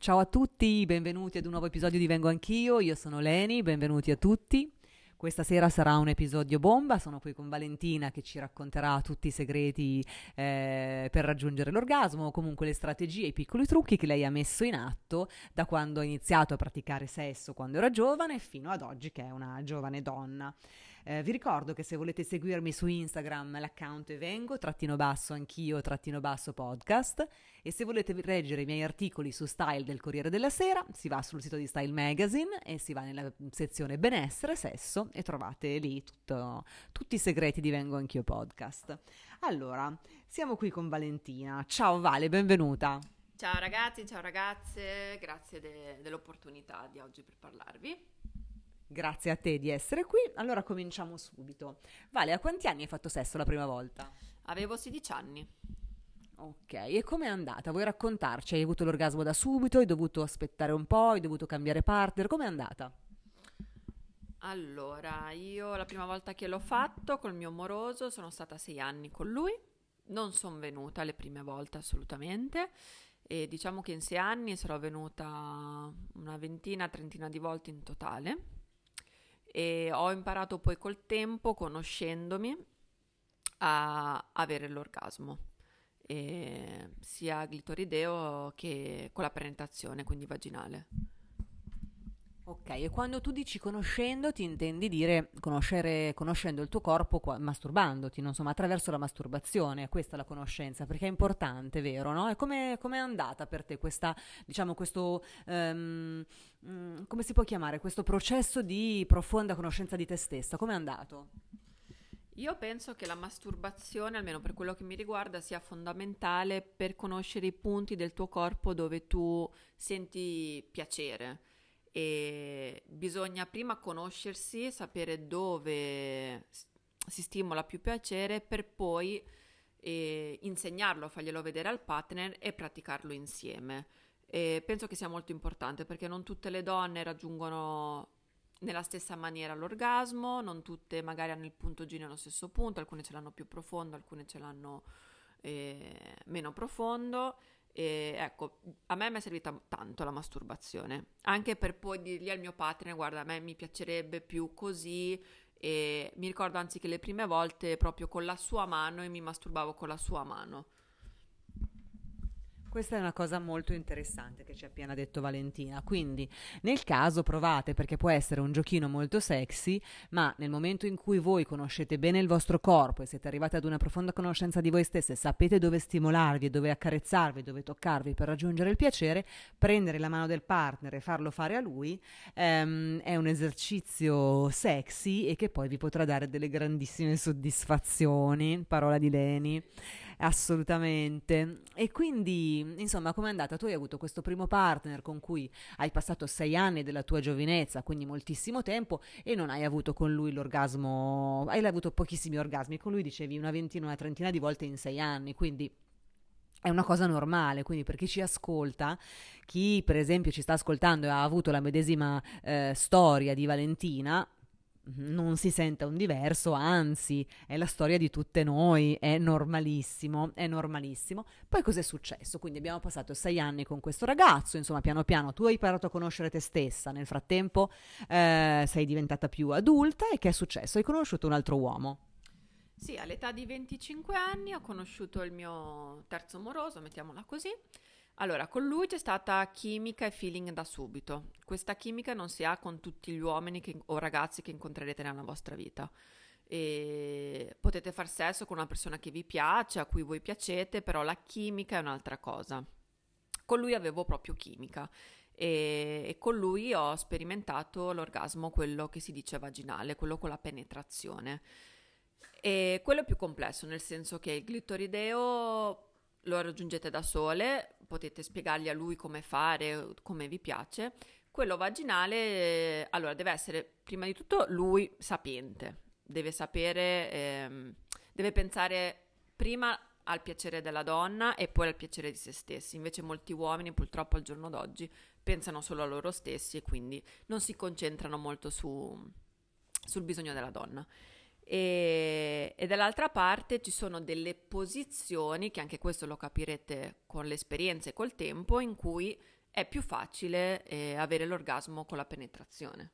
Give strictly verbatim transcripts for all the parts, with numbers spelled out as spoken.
Ciao a tutti, benvenuti ad un nuovo episodio di Vengo Anch'io, io sono Leni, benvenuti a tutti. Questa sera sarà un episodio bomba, sono qui con Valentina che ci racconterà tutti i segreti eh, per raggiungere l'orgasmo, o comunque le strategie, i piccoli trucchi che lei ha messo in atto da quando ha iniziato a praticare sesso quando era giovane fino ad oggi che è una giovane donna. Eh, vi ricordo che se volete seguirmi su Instagram l'account è vengo, trattino basso anch'io, trattino basso podcast, e se volete leggere i miei articoli su style del Corriere della Sera si va sul sito di Style Magazine e si va nella sezione benessere, sesso e trovate lì tutto, tutti i segreti di Vengo Anch'io podcast. Allora, siamo qui con Valentina. Ciao Vale, benvenuta. Ciao ragazzi, ciao ragazze, grazie de- dell'opportunità di oggi per parlarvi. Grazie a te di essere qui. Allora cominciamo subito. Vale, a quanti anni hai fatto sesso la prima volta? Avevo sedici anni. Ok, e com'è andata? Vuoi raccontarci? Hai avuto l'orgasmo da subito? Hai dovuto aspettare un po'? Hai dovuto cambiare partner? Com'è andata? Allora, io la prima volta che l'ho fatto col mio moroso sono stata sei anni con lui. Non sono venuta le prime volte assolutamente. E diciamo che in sei anni sarò venuta una ventina, trentina di volte in totale. E ho imparato poi col tempo, conoscendomi, a avere l'orgasmo, e sia glitorideo che con la penetrazione, quindi vaginale. Ok, e quando tu dici conoscendo ti intendi dire conoscere, conoscendo il tuo corpo, qua- masturbandoti, no? Insomma, attraverso la masturbazione, questa è la conoscenza, perché è importante, vero, no? E come come è andata per te questa, diciamo, questo, ehm, mm, come si può chiamare, questo processo di profonda conoscenza di te stessa, come è andato? Io penso che la masturbazione, almeno per quello che mi riguarda, sia fondamentale per conoscere i punti del tuo corpo dove tu senti piacere. E bisogna prima conoscersi, sapere dove s- si stimola più piacere per poi eh, insegnarlo, farglielo vedere al partner e praticarlo insieme. E penso che sia molto importante perché non tutte le donne raggiungono nella stessa maniera l'orgasmo, non tutte magari hanno il punto G nello stesso punto, alcune ce l'hanno più profondo, alcune ce l'hanno eh, meno profondo. E ecco, a me mi è servita tanto la masturbazione, anche per poi dirgli al mio partner, guarda, a me mi piacerebbe più così, e mi ricordo anzi che le prime volte proprio con la sua mano e mi masturbavo con la sua mano. Questa è una cosa molto interessante che ci ha appena detto Valentina. Quindi, nel caso provate, perché può essere un giochino molto sexy, ma nel momento in cui voi conoscete bene il vostro corpo e siete arrivati ad una profonda conoscenza di voi stesse, sapete dove stimolarvi, dove accarezzarvi, dove toccarvi per raggiungere il piacere, prendere la mano del partner e farlo fare a lui ehm, è un esercizio sexy e che poi vi potrà dare delle grandissime soddisfazioni. Parola di Leni. Assolutamente. E quindi, insomma, com'è andata? Tu hai avuto questo primo partner con cui hai passato sei anni della tua giovinezza, quindi moltissimo tempo, e non hai avuto con lui l'orgasmo, hai avuto pochissimi orgasmi, con lui dicevi una ventina, una trentina di volte in sei anni, quindi è una cosa normale, quindi per chi ci ascolta, chi per esempio ci sta ascoltando e ha avuto la medesima eh, storia di Valentina, non si senta un diverso, anzi, è la storia di tutte noi, è normalissimo, è normalissimo. Poi cos'è successo? Quindi abbiamo passato sei anni con questo ragazzo, insomma, piano piano tu hai imparato a conoscere te stessa, nel frattempo eh, sei diventata più adulta e che è successo? Hai conosciuto un altro uomo. Sì, all'età di venticinque anni ho conosciuto il mio terzo moroso, mettiamola così. Allora, con lui c'è stata chimica e feeling da subito. Questa chimica non si ha con tutti gli uomini che- o ragazzi che incontrerete nella vostra vita. E potete far sesso con una persona che vi piace, a cui voi piacete, però la chimica è un'altra cosa. Con lui avevo proprio chimica e, e con lui ho sperimentato l'orgasmo, quello che si dice vaginale, quello con la penetrazione. E quello è più complesso, nel senso che il glitorideo lo raggiungete da sole, potete spiegargli a lui come fare, come vi piace. Quello vaginale, eh, allora, deve essere prima di tutto lui sapiente, deve sapere, ehm, deve pensare prima al piacere della donna e poi al piacere di se stessi. Invece molti uomini, purtroppo al giorno d'oggi, pensano solo a loro stessi e quindi non si concentrano molto su, sul bisogno della donna. E, e dall'altra parte ci sono delle posizioni, che anche questo lo capirete con l'esperienza e col tempo, in cui è più facile eh, avere l'orgasmo con la penetrazione.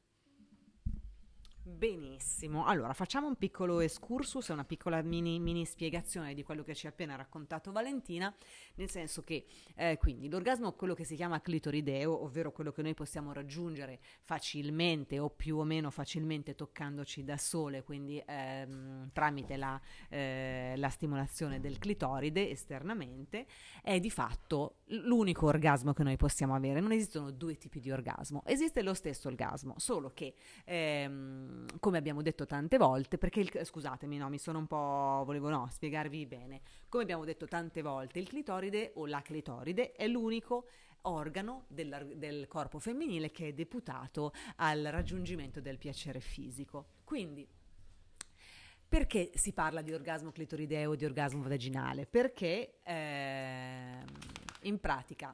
Benissimo, allora facciamo un piccolo excursus, una piccola mini, mini spiegazione di quello che ci ha appena raccontato Valentina, nel senso che eh, quindi l'orgasmo è quello che si chiama clitorideo, ovvero quello che noi possiamo raggiungere facilmente o più o meno facilmente toccandoci da sole, quindi ehm, tramite la, eh, la stimolazione del clitoride esternamente, è di fatto l'unico orgasmo che noi possiamo avere. Non esistono due tipi di orgasmo, esiste lo stesso orgasmo, solo che ehm, come abbiamo detto tante volte, perché il, scusatemi, no, mi sono un po', volevo no, spiegarvi bene, come abbiamo detto tante volte, il clitoride o la clitoride è l'unico organo del, del corpo femminile che è deputato al raggiungimento del piacere fisico. Quindi, perché si parla di orgasmo clitorideo o di orgasmo vaginale? Perché eh, in pratica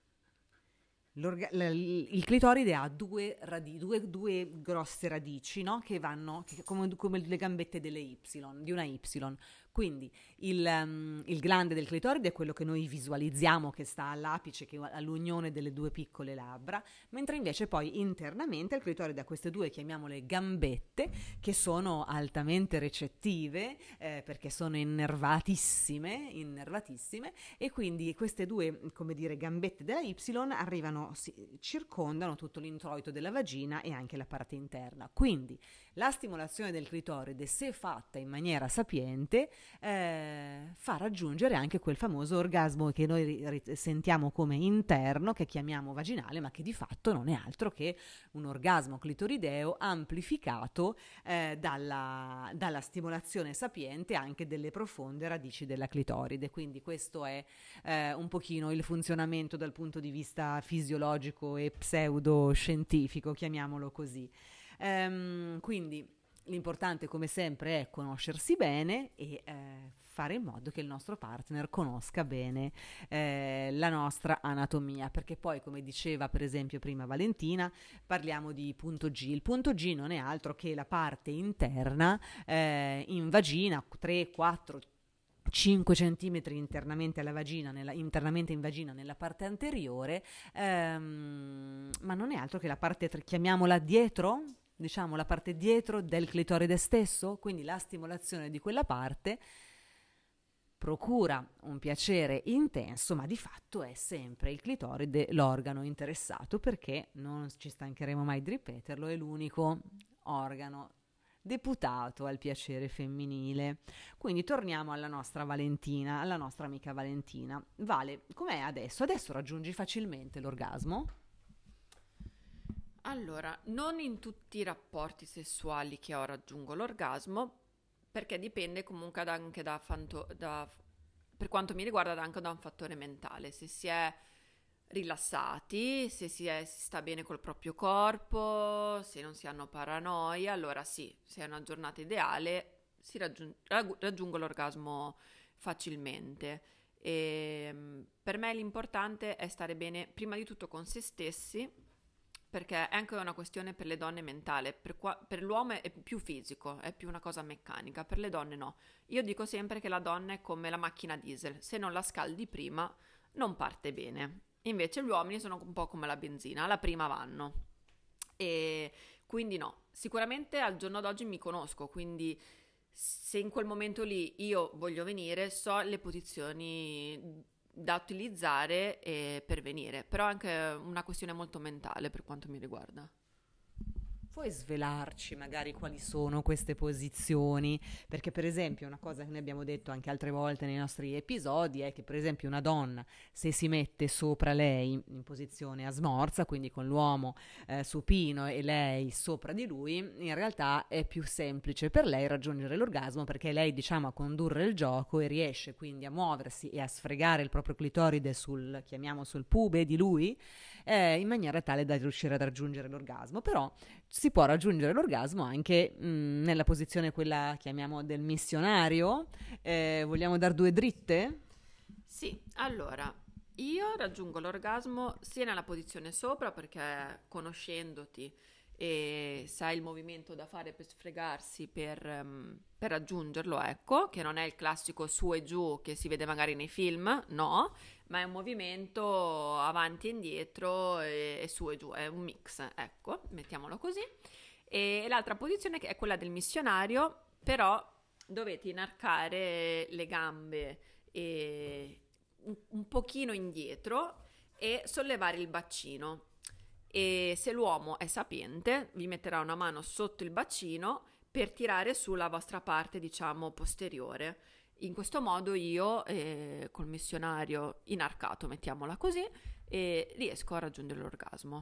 il clitoride ha due, radi- due, due grosse radici, no? Che vanno che come, come le gambette delle Y, di una Y. Quindi il, um, il glande del clitoride è quello che noi visualizziamo che sta all'apice, che è all'unione delle due piccole labbra, mentre invece poi internamente il clitoride ha queste due, chiamiamole gambette, che sono altamente recettive eh, perché sono innervatissime, innervatissime, e quindi queste due, come dire, gambette della Y arrivano, si, circondano tutto l'introito della vagina e anche la parte interna. Quindi la stimolazione del clitoride, se fatta in maniera sapiente, eh, fa raggiungere anche quel famoso orgasmo che noi ri- ri- sentiamo come interno, che chiamiamo vaginale, ma che di fatto non è altro che un orgasmo clitorideo amplificato eh, dalla, dalla stimolazione sapiente anche delle profonde radici della clitoride. Quindi questo è eh, un pochino il funzionamento dal punto di vista fisiologico e pseudoscientifico, chiamiamolo così. Um, quindi l'importante, come sempre, è conoscersi bene e eh, fare in modo che il nostro partner conosca bene eh, la nostra anatomia, perché poi, come diceva per esempio prima Valentina, parliamo di punto G. Il punto G non è altro che la parte interna eh, in vagina, tre, quattro, cinque centimetri internamente alla vagina, nella, internamente in vagina nella parte anteriore, ehm, ma non è altro che la parte, chiamiamola dietro, diciamo la parte dietro del clitoride stesso, quindi la stimolazione di quella parte procura un piacere intenso, ma di fatto è sempre il clitoride l'organo interessato, perché non ci stancheremo mai di ripeterlo, è l'unico organo deputato al piacere femminile. Quindi torniamo alla nostra Valentina, alla nostra amica Valentina. Vale, com'è adesso? Adesso raggiungi facilmente l'orgasmo? Allora, non in tutti i rapporti sessuali che ho raggiungo l'orgasmo, perché dipende comunque da- anche da, fanto- da, per quanto mi riguarda, da- anche da un fattore mentale. Se si è rilassati, se si, è- si sta bene col proprio corpo, se non si hanno paranoia, allora sì, se è una giornata ideale, si raggiun- raggu- raggiungo l'orgasmo facilmente. E, mm, per me l'importante è stare bene prima di tutto con se stessi, perché è anche una questione per le donne mentale. Per, qua- per l'uomo è più fisico, è più una cosa meccanica, per le donne no. Io dico sempre che la donna è come la macchina diesel, se non la scaldi prima non parte bene. Invece gli uomini sono un po' come la benzina, alla prima vanno. E quindi no, sicuramente al giorno d'oggi mi conosco, quindi se in quel momento lì io voglio venire, so le posizioni da utilizzare eh, per venire, però è anche una questione molto mentale per quanto mi riguarda. Puoi svelarci magari quali sono queste posizioni? Perché per esempio una cosa che ne abbiamo detto anche altre volte nei nostri episodi è che per esempio una donna, se si mette sopra lei in posizione a smorza, quindi con l'uomo eh, supino e lei sopra di lui, in realtà è più semplice per lei raggiungere l'orgasmo, perché lei, diciamo, a condurre il gioco e riesce quindi a muoversi e a sfregare il proprio clitoride sul, chiamiamo, sul pube di lui, eh, in maniera tale da riuscire ad raggiungere l'orgasmo. Però si può raggiungere l'orgasmo anche mh, nella posizione quella, chiamiamo, del missionario. Eh, vogliamo dar due dritte? Sì, allora, io raggiungo l'orgasmo sia nella posizione sopra, perché conoscendoti e sa il movimento da fare per sfregarsi per, um, per raggiungerlo, ecco, che non è il classico su e giù che si vede magari nei film, no, ma è un movimento avanti e indietro e, e su e giù, è un mix, ecco, mettiamolo così. E l'altra posizione che è quella del missionario, però dovete inarcare le gambe e un, un pochino indietro e sollevare il bacino. E se l'uomo è sapiente, vi metterà una mano sotto il bacino per tirare sulla vostra parte, diciamo, posteriore. In questo modo io, eh, col missionario inarcato, mettiamola così, eh, riesco a raggiungere l'orgasmo.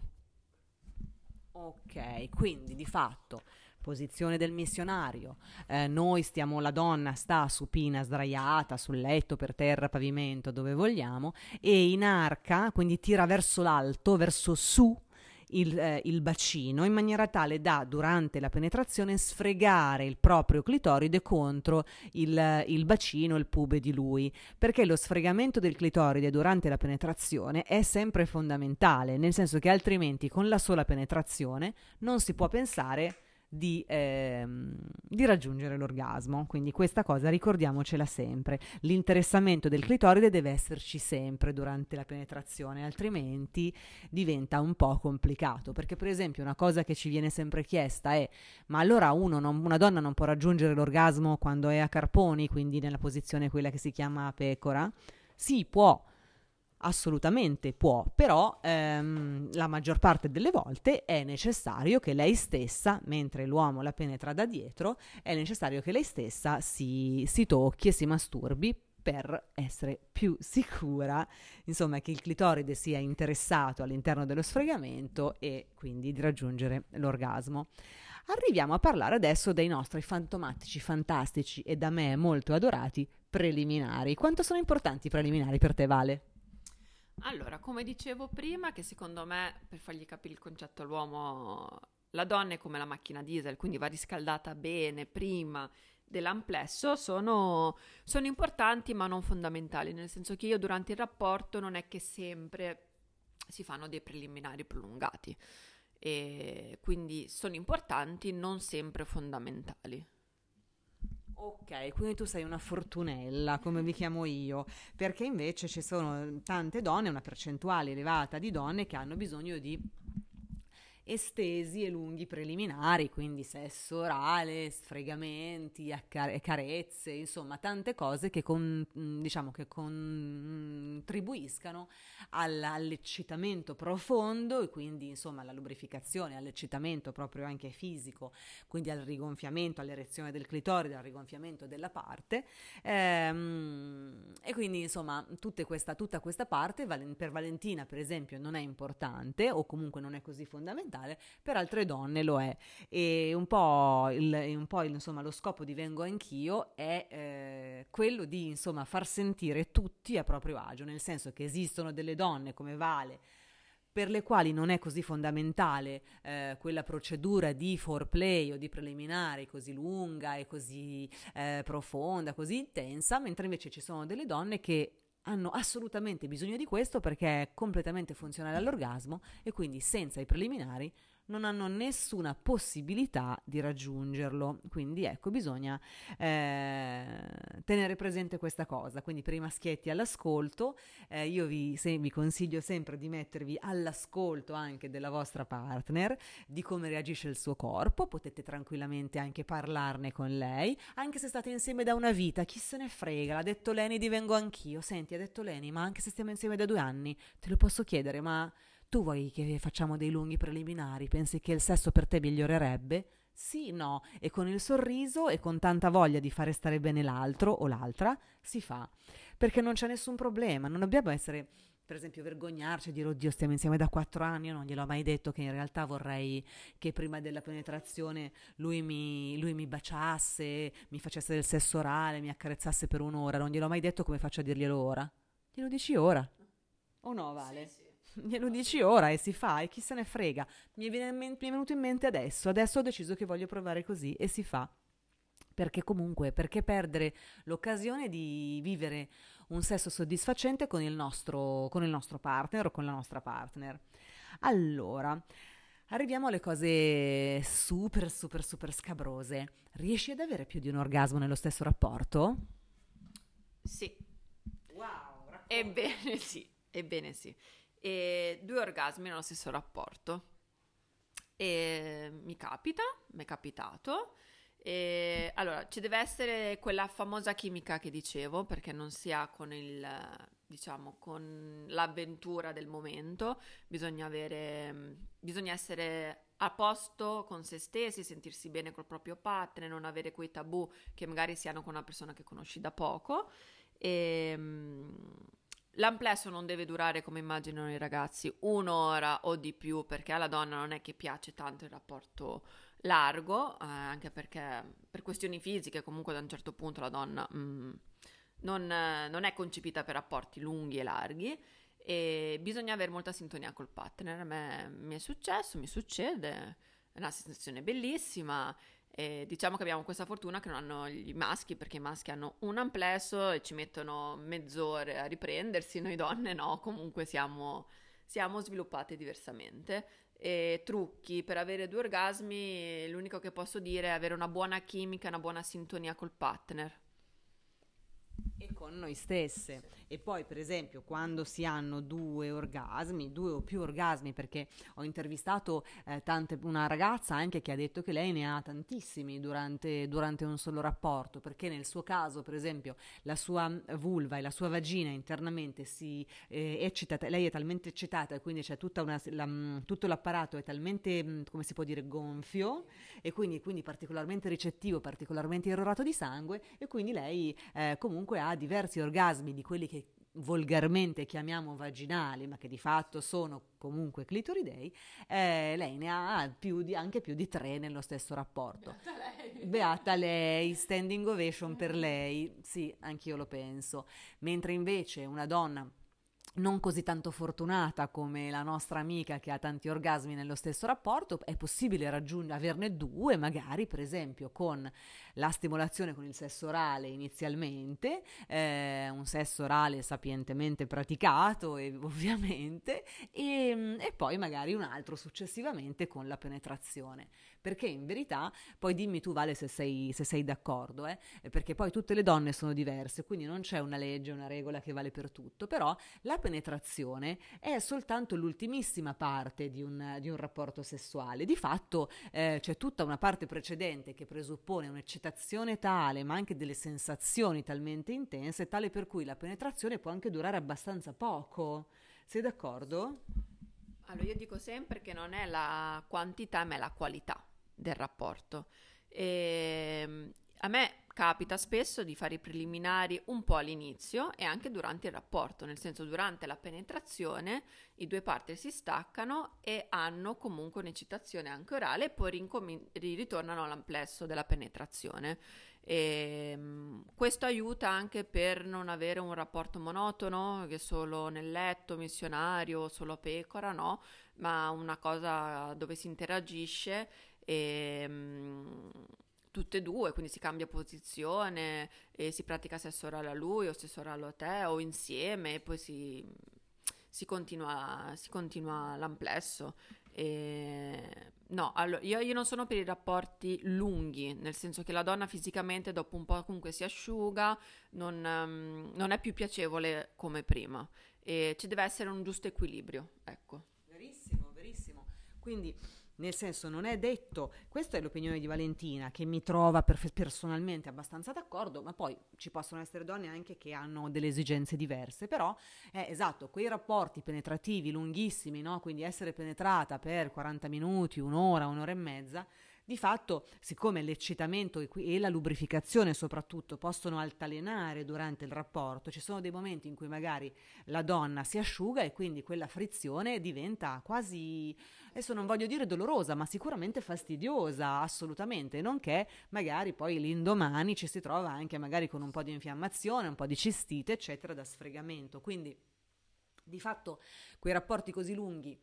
Ok, quindi di fatto posizione del missionario, eh, noi stiamo, la donna sta supina, sdraiata sul letto, per terra, pavimento, dove vogliamo, e inarca, quindi tira verso l'alto, verso su il, eh, il bacino, in maniera tale da, durante la penetrazione, sfregare il proprio clitoride contro il, il bacino, il pube di lui, perché lo sfregamento del clitoride durante la penetrazione è sempre fondamentale, nel senso che altrimenti con la sola penetrazione non si può pensare di, ehm, di raggiungere l'orgasmo. Quindi questa cosa ricordiamocela sempre: l'interessamento del clitoride deve esserci sempre durante la penetrazione, altrimenti diventa un po' complicato, perché per esempio una cosa che ci viene sempre chiesta è: ma allora uno non, una donna non può raggiungere l'orgasmo quando è a carponi, quindi nella posizione quella che si chiama pecora? Sì, può, assolutamente può, però ehm, la maggior parte delle volte è necessario che lei stessa, mentre l'uomo la penetra da dietro, è necessario che lei stessa si, si tocchi e si masturbi per essere più sicura, insomma, che il clitoride sia interessato all'interno dello sfregamento e quindi di raggiungere l'orgasmo. Arriviamo a parlare adesso dei nostri fantomatici, fantastici e da me molto adorati preliminari. Quanto sono importanti i preliminari per te, Vale? Allora, come dicevo prima, che secondo me, per fargli capire il concetto all'uomo, la donna è come la macchina diesel, quindi va riscaldata bene prima dell'amplesso, sono, sono importanti ma non fondamentali, nel senso che io durante il rapporto non è che sempre si fanno dei preliminari prolungati, e quindi sono importanti, non sempre fondamentali. Ok, quindi tu sei una fortunella, come vi chiamo io, perché invece ci sono tante donne, una percentuale elevata di donne che hanno bisogno di estesi e lunghi preliminari, quindi sesso orale, sfregamenti, accar- carezze, insomma tante cose che, con, diciamo, che contribuiscano all- all'eccitamento profondo e quindi insomma alla lubrificazione, all'eccitamento proprio anche fisico, quindi al rigonfiamento, all'erezione del clitoride, al rigonfiamento della parte, ehm, e quindi insomma tutte questa, tutta questa parte per Valentina per esempio non è importante o comunque non è così fondamentale, per altre donne lo è, e un po', il, un po' il, insomma, lo scopo di Vengo Anch'io è eh, quello di insomma far sentire tutti a proprio agio, nel senso che esistono delle donne come Vale per le quali non è così fondamentale eh, quella procedura di foreplay o di preliminari così lunga e così eh, profonda, così intensa, mentre invece ci sono delle donne che hanno assolutamente bisogno di questo perché è completamente funzionale all'orgasmo e quindi senza i preliminari non hanno nessuna possibilità di raggiungerlo. Quindi ecco, bisogna eh, tenere presente questa cosa. Quindi per i maschietti all'ascolto, eh, io vi, se, vi consiglio sempre di mettervi all'ascolto anche della vostra partner, di come reagisce il suo corpo. Potete tranquillamente anche parlarne con lei, anche se state insieme da una vita, chi se ne frega. L'ha detto Leni di Vengo Anch'io. Senti, ha detto Leni, ma anche se stiamo insieme da due anni, te lo posso chiedere, ma tu vuoi che facciamo dei lunghi preliminari? Pensi che il sesso per te migliorerebbe? Sì, no, e con il sorriso e con tanta voglia di fare stare bene l'altro o l'altra si fa, perché non c'è nessun problema, non dobbiamo essere, per esempio, vergognarci e dire oddio stiamo insieme da quattro anni, io non gliel'ho mai detto che in realtà vorrei che prima della penetrazione lui mi, lui mi baciasse, mi facesse del sesso orale, mi accarezzasse per un'ora, non gliel'ho mai detto, come faccio a dirglielo ora? Glielo dici ora? O no, Vale? Sì, sì. Glielo dici ora e si fa, e chi se ne frega. Mi è, viene, mi è venuto in mente adesso, adesso ho deciso che voglio provare così e si fa. Perché comunque, perché perdere l'occasione di vivere un sesso soddisfacente con il nostro, con il nostro partner o con la nostra partner? Allora, Arriviamo alle cose super, super, super scabrose. Riesci ad avere più di un orgasmo nello stesso rapporto? Sì, Wow, racconta. ebbene sì, ebbene sì. E due orgasmi nello stesso rapporto. E mi capita, mi è capitato. E allora, ci deve essere quella famosa chimica che dicevo, perché non si ha con il, diciamo, con l'avventura del momento, bisogna avere, bisogna essere a posto con se stessi, sentirsi bene col proprio partner, non avere quei tabù che magari si hanno con una persona che conosci da poco. E, mm, L'amplesso non deve durare, come immaginano i ragazzi, un'ora o di più, perché alla donna non è che piace tanto il rapporto largo, eh, anche perché per questioni fisiche comunque da un certo punto la donna mm, non, eh, non è concepita per rapporti lunghi e larghi e bisogna avere molta sintonia col partner. A me mi è successo, mi succede, è una sensazione bellissima. E diciamo che abbiamo questa fortuna che non hanno i maschi, perché i maschi hanno un amplesso e ci mettono mezz'ora a riprendersi, noi donne no, comunque siamo, siamo sviluppate diversamente. E trucchi per avere due orgasmi, l'unico che posso dire è avere una buona chimica, una buona sintonia col partner. E con noi stesse. E poi, per esempio, quando si hanno due orgasmi, due o più orgasmi, perché ho intervistato eh, tante, una ragazza anche che ha detto che lei ne ha tantissimi durante, durante un solo rapporto, perché nel suo caso, per esempio, la sua vulva e la sua vagina internamente si eh, eccitata, lei è talmente eccitata e quindi c'è tutta una, la, mm, tutto l'apparato è talmente, mm, come si può dire, gonfio e quindi, quindi particolarmente ricettivo, particolarmente irrorato di sangue e quindi lei eh, comunque ha diversi orgasmi di quelli che volgarmente chiamiamo vaginali, ma che di fatto sono comunque clitoridei, eh, lei ne ha più di, anche più di tre nello stesso rapporto. Beata lei. Beata lei, standing ovation per lei, sì, anch'io lo penso. Mentre invece una donna non così tanto fortunata come la nostra amica che ha tanti orgasmi nello stesso rapporto, è possibile raggiungere, averne due, magari per esempio con la stimolazione con il sesso orale inizialmente, eh, un sesso orale sapientemente praticato e, ovviamente, e, e poi magari un altro successivamente con la penetrazione. Perché in verità, poi dimmi tu Vale se sei, se sei d'accordo, eh? Perché poi tutte le donne sono diverse, quindi non c'è una legge, una regola che vale per tutto, però la penetrazione è soltanto l'ultimissima parte di un, di un rapporto sessuale. Di fatto eh, c'è tutta una parte precedente che presuppone un'eccitazione tale, ma anche delle sensazioni talmente intense, tale per cui la penetrazione può anche durare abbastanza poco. Sei d'accordo? Allora, io dico sempre che non è la quantità, ma è la qualità del rapporto. E, a me capita spesso di fare i preliminari un po' all'inizio e anche durante il rapporto, nel senso durante la penetrazione i due partner si staccano e hanno comunque un'eccitazione anche orale e poi rincomin- ritornano all'amplesso della penetrazione. E, mh, questo aiuta anche per non avere un rapporto monotono, che solo nel letto, missionario, solo a pecora, no? Ma una cosa dove si interagisce e mh, tutte e due, quindi si cambia posizione e si pratica sesso orale a lui o sesso orale a te o insieme e poi si, si continua, si continua l'amplesso. E... No, allora, io, io non sono per i rapporti lunghi, nel senso che la donna fisicamente dopo un po' comunque si asciuga, non, ehm, non è più piacevole come prima e ci deve essere un giusto equilibrio, ecco. Verissimo, verissimo. Quindi, nel senso, non è detto, questa è l'opinione di Valentina, che mi trova per- personalmente abbastanza d'accordo, ma poi ci possono essere donne anche che hanno delle esigenze diverse, però è esatto, quei rapporti penetrativi lunghissimi, no? Quindi essere penetrata per quaranta minuti, un'ora, un'ora e mezza, di fatto, siccome l'eccitamento e qui- e la lubrificazione soprattutto possono altalenare durante il rapporto, ci sono dei momenti in cui magari la donna si asciuga e quindi quella frizione diventa quasi, adesso non voglio dire dolorosa, ma sicuramente fastidiosa, assolutamente, nonché magari poi l'indomani ci si trova anche magari con un po' di infiammazione, un po' di cistite, eccetera, da sfregamento. Quindi di fatto quei rapporti così lunghi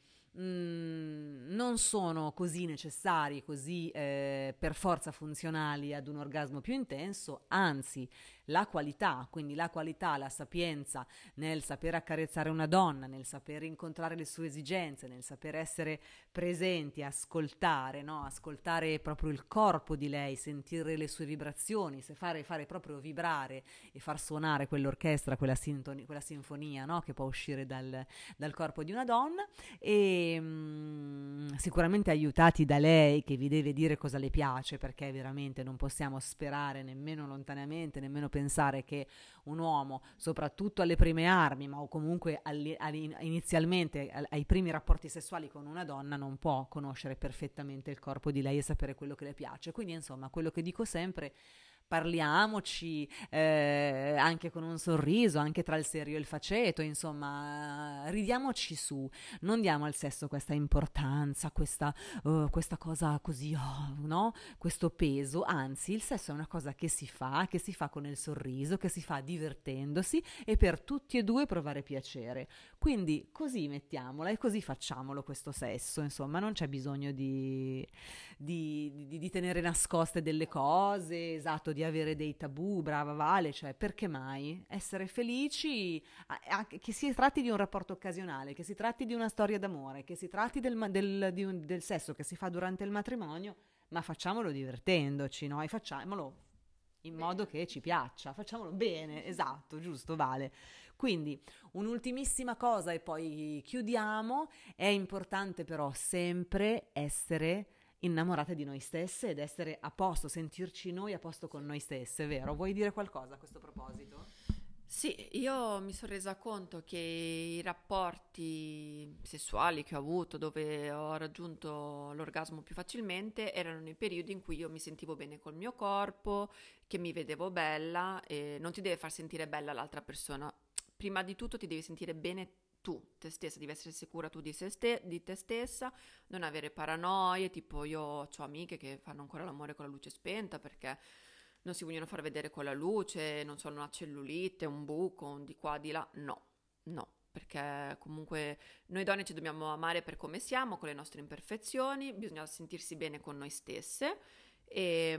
mm, non sono così necessari, così eh, per forza funzionali ad un orgasmo più intenso, anzi la qualità, quindi la qualità, la sapienza nel saper accarezzare una donna, nel saper incontrare le sue esigenze, nel saper essere presenti, ascoltare, no? Ascoltare proprio il corpo di lei, sentire le sue vibrazioni, se fare, fare proprio vibrare e far suonare quell'orchestra, quella, sintoni- quella sinfonia, no? Che può uscire dal, dal corpo di una donna, e mh, sicuramente aiutati da lei che vi deve dire cosa le piace, perché veramente non possiamo sperare nemmeno lontanamente, nemmeno pensare che un uomo, soprattutto alle prime armi, ma o comunque alli, alli, inizialmente ai, ai primi rapporti sessuali con una donna, non può conoscere perfettamente il corpo di lei e sapere quello che le piace. Quindi insomma, quello che dico sempre: parliamoci, eh, anche con un sorriso, anche tra il serio e il faceto, insomma, ridiamoci su, non diamo al sesso questa importanza, questa, uh, questa cosa così, oh, no? Questo peso, anzi, il sesso è una cosa che si fa, che si fa con il sorriso, che si fa divertendosi e per tutti e due provare piacere. Quindi così mettiamola e così facciamolo questo sesso, insomma, non c'è bisogno di, di, di, di tenere nascoste delle cose, esatto, di avere dei tabù, brava Vale, cioè perché mai essere felici, a, a, che si tratti di un rapporto occasionale, che si tratti di una storia d'amore, che si tratti del, del, di un, del sesso che si fa durante il matrimonio, ma facciamolo divertendoci, no? E facciamolo in modo che ci piaccia, facciamolo bene, esatto, giusto Vale. Quindi un'ultimissima cosa e poi chiudiamo: è importante però sempre essere innamorate di noi stesse ed essere a posto, sentirci noi a posto con noi stesse, vero? Vuoi dire qualcosa a questo proposito? Sì, io mi sono resa conto che i rapporti sessuali che ho avuto, dove ho raggiunto l'orgasmo più facilmente, erano nei periodi in cui io mi sentivo bene col mio corpo, che mi vedevo bella, e non ti deve far sentire bella l'altra persona. Prima di tutto ti devi sentire bene tu, te stessa, devi essere sicura tu di, se ste- di te stessa, non avere paranoie, tipo io ho amiche che fanno ancora l'amore con la luce spenta perché non si vogliono far vedere con la luce, non sono una cellulite, un buco, un di qua, di là. No, no, perché comunque noi donne ci dobbiamo amare per come siamo, con le nostre imperfezioni, bisogna sentirsi bene con noi stesse e,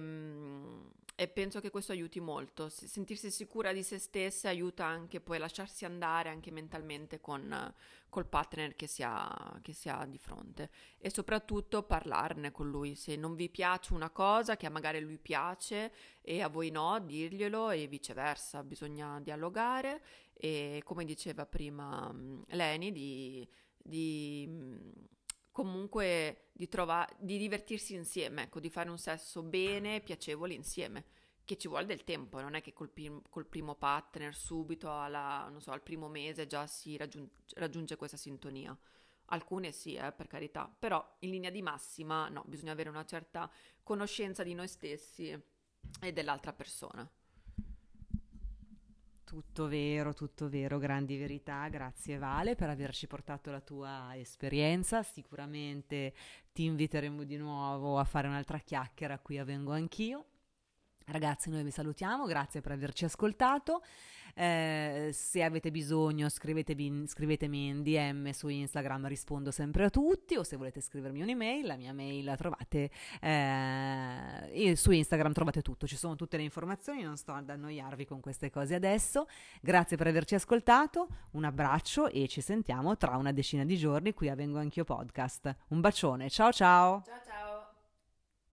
e penso che questo aiuti molto. Sentirsi sicura di se stessa aiuta anche poi a lasciarsi andare anche mentalmente con col partner che si ha, che si ha di fronte, e soprattutto parlarne con lui. Se non vi piace una cosa che a magari a lui piace e a voi no, dirglielo, e viceversa, bisogna dialogare e, come diceva prima um, Leni, di, di um, comunque di trovare, di divertirsi insieme, ecco, di fare un sesso bene, piacevole insieme, che ci vuole del tempo, non è che col, prim- col primo partner subito alla, non so, al primo mese già si raggiun- raggiunge questa sintonia. Alcune sì, eh, per carità, però in linea di massima no, bisogna avere una certa conoscenza di noi stessi e dell'altra persona. Tutto vero, tutto vero, grandi verità. Grazie Vale per averci portato la tua esperienza. Sicuramente ti inviteremo di nuovo a fare un'altra chiacchiera qui a Vengo Anch'io. Ragazzi, noi vi salutiamo, grazie per averci ascoltato. Eh, se avete bisogno scrivetevi, scrivetemi in D M su Instagram, rispondo sempre a tutti, o se volete scrivermi un'email, la mia mail la trovate eh, su Instagram, trovate tutto, ci sono tutte le informazioni, non sto ad annoiarvi con queste cose adesso. Grazie per averci ascoltato, un abbraccio e ci sentiamo tra una decina di giorni qui a Vengo Anch'io Podcast. Un bacione, ciao ciao! Ciao ciao!